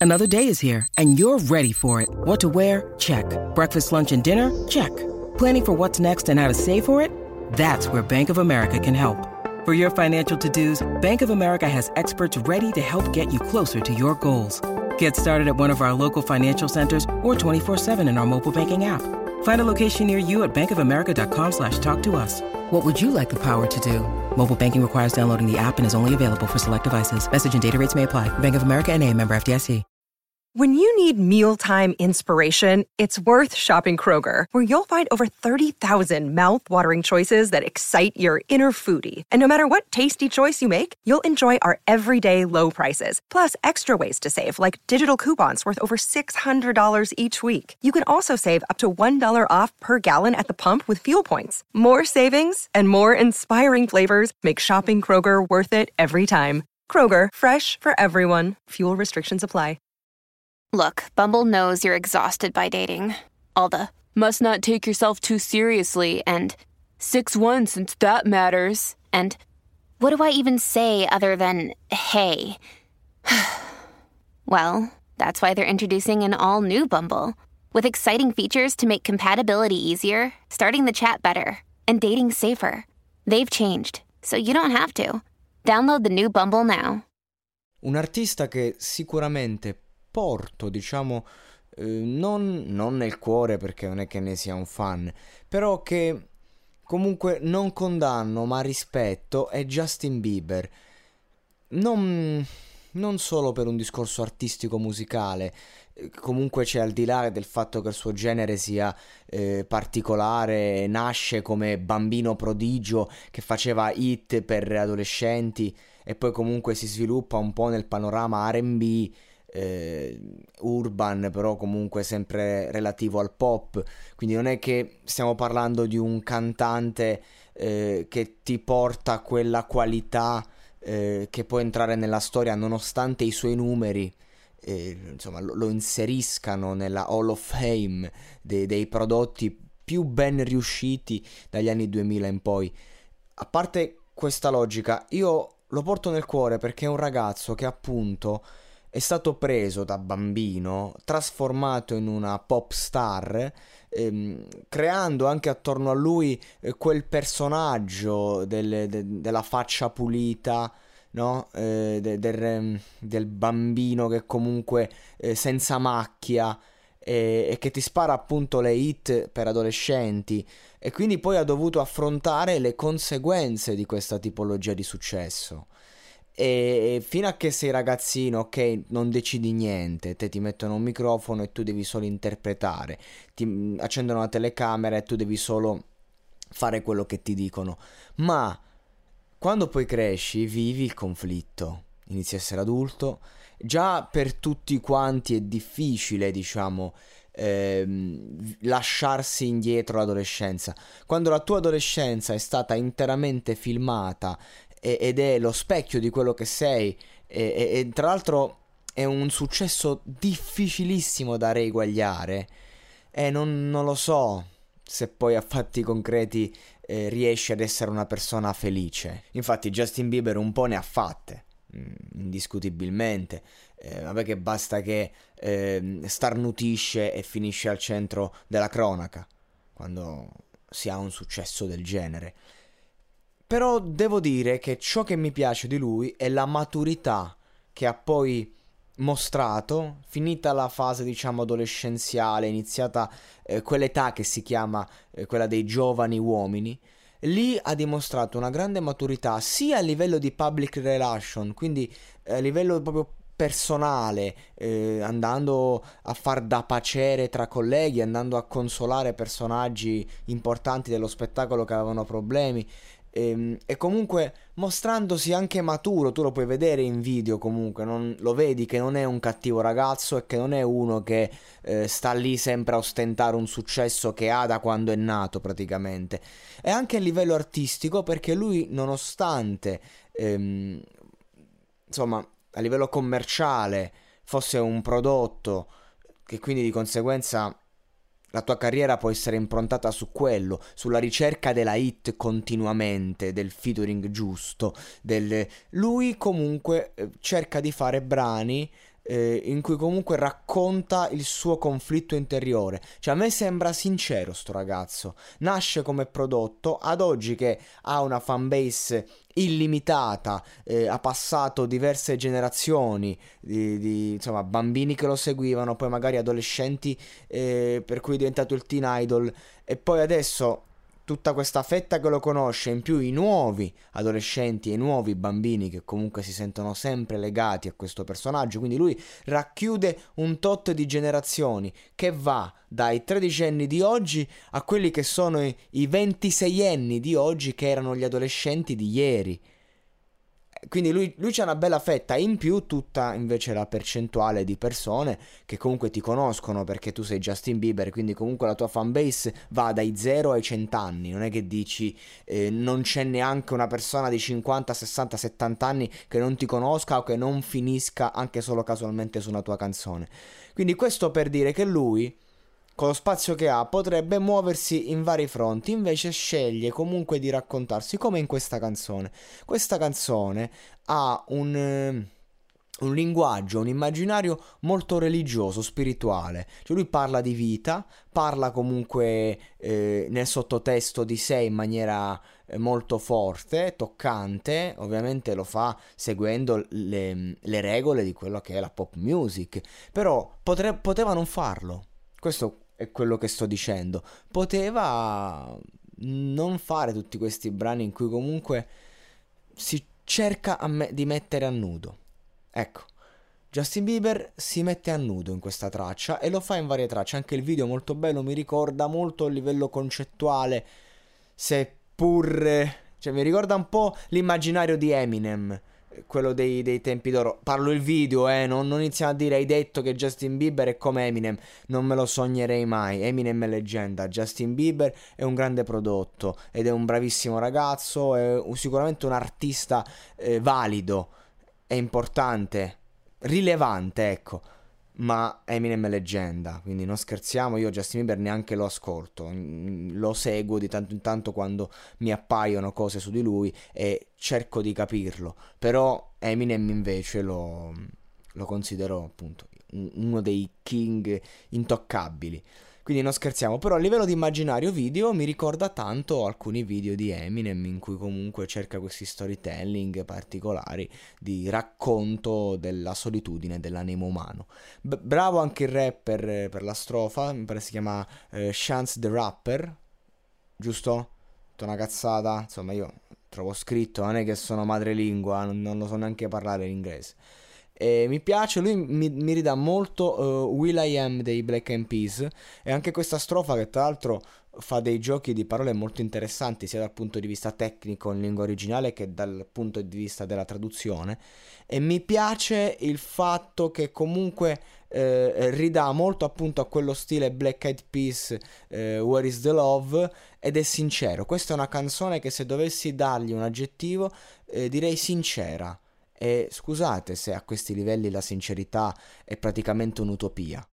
Another day is here, and you're ready for it. What to wear? Check. Breakfast, lunch, and dinner? Check. Planning for what's next and how to save for it? That's where Bank of America can help. For your financial to-dos, Bank of America has experts ready to help get you closer to your goals. Get started at one of our local financial centers or 24/7 in our mobile banking app. Find a location near you at bankofamerica.com/talktous. What would you like the power to do? Mobile banking requires downloading the app and is only available for select devices. Message and data rates may apply. Bank of America N.A., member FDIC. When you need mealtime inspiration, it's worth shopping Kroger, where you'll find over 30,000 mouth-watering choices that excite your inner foodie. And no matter what tasty choice you make, you'll enjoy our everyday low prices, plus extra ways to save, like digital coupons worth over $600 each week. You can also save up to $1 off per gallon at the pump with fuel points. More savings and more inspiring flavors make shopping Kroger worth it every time. Kroger, fresh for everyone. Fuel restrictions apply. Look, Bumble knows you're exhausted by dating. All the, must not take yourself too seriously, and 6'1" since that matters, and what do I even say other than, hey? Well, that's why they're introducing an all-new Bumble, with exciting features to make compatibility easier, starting the chat better, and dating safer. They've changed, so you don't have to. Download the new Bumble now. Un artista che sicuramente porto, diciamo, non nel cuore, perché non è che ne sia un fan, però che comunque non condanno ma rispetto, è Justin Bieber. Non solo per un discorso artistico musicale, comunque c'è, al di là del fatto che il suo genere sia particolare, nasce come bambino prodigio che faceva hit per adolescenti e poi comunque si sviluppa un po' nel panorama R&B, urban, però comunque sempre relativo al pop. Quindi non è che stiamo parlando di un cantante che ti porta quella qualità che può entrare nella storia, nonostante i suoi numeri insomma lo inseriscano nella Hall of Fame dei prodotti più ben riusciti dagli anni 2000 in poi. A parte questa logica, io lo porto nel cuore perché è un ragazzo che appunto è stato preso da bambino, trasformato in una pop star, creando anche attorno a lui quel personaggio della faccia pulita, no? Del bambino che comunque senza macchia e che ti spara appunto le hit per adolescenti, e quindi poi ha dovuto affrontare le conseguenze di questa tipologia di successo. E fino a che sei ragazzino, ok, non decidi niente, te ti mettono un microfono e tu devi solo interpretare, ti accendono la telecamera e tu devi solo fare quello che ti dicono. Ma quando poi cresci, vivi il conflitto, inizi a essere adulto, già per tutti quanti è difficile, diciamo, lasciarsi indietro l'adolescenza. Quando la tua adolescenza è stata interamente filmata ed è lo specchio di quello che sei, e tra l'altro è un successo difficilissimo da reeguagliare, e non lo so se poi a fatti concreti riesci ad essere una persona felice. Infatti Justin Bieber un po' ne ha fatte, indiscutibilmente. Vabbè, che basta che starnutisce e finisce al centro della cronaca quando si ha un successo del genere. Però devo dire che ciò che mi piace di lui è la maturità che ha poi mostrato, finita la fase, diciamo, adolescenziale, iniziata quell'età che si chiama quella dei giovani uomini. Lì ha dimostrato una grande maturità sia a livello di public relation, quindi a livello proprio personale, andando a far da pacere tra colleghi, andando a consolare personaggi importanti dello spettacolo che avevano problemi, e comunque mostrandosi anche maturo. Tu lo puoi vedere in video, comunque lo vedi che non è un cattivo ragazzo e che non è uno che sta lì sempre a ostentare un successo che ha da quando è nato praticamente. E anche a livello artistico, perché lui, nonostante insomma a livello commerciale fosse un prodotto che quindi di conseguenza la tua carriera può essere improntata su quello, sulla ricerca della hit continuamente, del featuring giusto, lui comunque cerca di fare brani in cui comunque racconta il suo conflitto interiore. Cioè a me sembra sincero sto ragazzo, nasce come prodotto, ad oggi che ha una fanbase illimitata, ha passato diverse generazioni di insomma bambini che lo seguivano, poi magari adolescenti per cui è diventato il teen idol, e poi adesso tutta questa fetta che lo conosce, in più i nuovi adolescenti e i nuovi bambini che comunque si sentono sempre legati a questo personaggio. Quindi lui racchiude un tot di generazioni che va dai 13enni di oggi a quelli che sono i 26enni di oggi, che erano gli adolescenti di ieri. Quindi lui c'ha una bella fetta, in più tutta invece la percentuale di persone che comunque ti conoscono perché tu sei Justin Bieber, quindi comunque la tua fanbase va dai 0 ai 100 anni, non è che dici non c'è neanche una persona di 50, 60, 70 anni che non ti conosca o che non finisca anche solo casualmente su una tua canzone. Quindi questo per dire che lui, con lo spazio che ha, potrebbe muoversi in vari fronti, invece sceglie comunque di raccontarsi, come in questa canzone. Questa canzone ha un linguaggio, un immaginario molto religioso, spirituale. Cioè lui parla di vita, parla comunque nel sottotesto di sé in maniera molto forte, toccante. Ovviamente lo fa seguendo le regole di quello che è la pop music, però poteva non farlo. Questo è quello che sto dicendo. Poteva non fare tutti questi brani in cui comunque si cerca di mettere a nudo. Ecco, Justin Bieber si mette a nudo in questa traccia e lo fa in varie tracce. Anche il video molto bello, mi ricorda molto a livello concettuale, seppur cioè mi ricorda un po' l'immaginario di Eminem, quello dei tempi d'oro. Parlo il video, non iniziamo a dire hai detto che Justin Bieber è come Eminem. Non me lo sognerei mai. Eminem è leggenda, Justin Bieber è un grande prodotto ed è un bravissimo ragazzo, è sicuramente un artista valido, è importante, rilevante, ecco. Ma Eminem è leggenda, quindi non scherziamo. Io Justin Bieber neanche lo ascolto, lo seguo di tanto in tanto quando mi appaiono cose su di lui e cerco di capirlo. Però Eminem invece lo considero appunto uno dei king intoccabili, quindi non scherziamo. Però a livello di immaginario video mi ricorda tanto alcuni video di Eminem in cui comunque cerca questi storytelling particolari di racconto della solitudine, dell'animo umano. Bravo anche il rapper per la strofa, mi pare si chiama Chance the Rapper, giusto? Una cazzata, insomma io trovo scritto, non è che sono madrelingua, non lo so neanche parlare in inglese. Mi piace, lui mi ridà molto Will I Am dei Black Eyed Peas, e anche questa strofa che tra l'altro fa dei giochi di parole molto interessanti sia dal punto di vista tecnico in lingua originale che dal punto di vista della traduzione, e mi piace il fatto che comunque ridà molto appunto a quello stile Black Eyed Peas, Where is the Love, ed è sincero. Questa è una canzone che se dovessi dargli un aggettivo direi sincera. E scusate se a questi livelli la sincerità è praticamente un'utopia.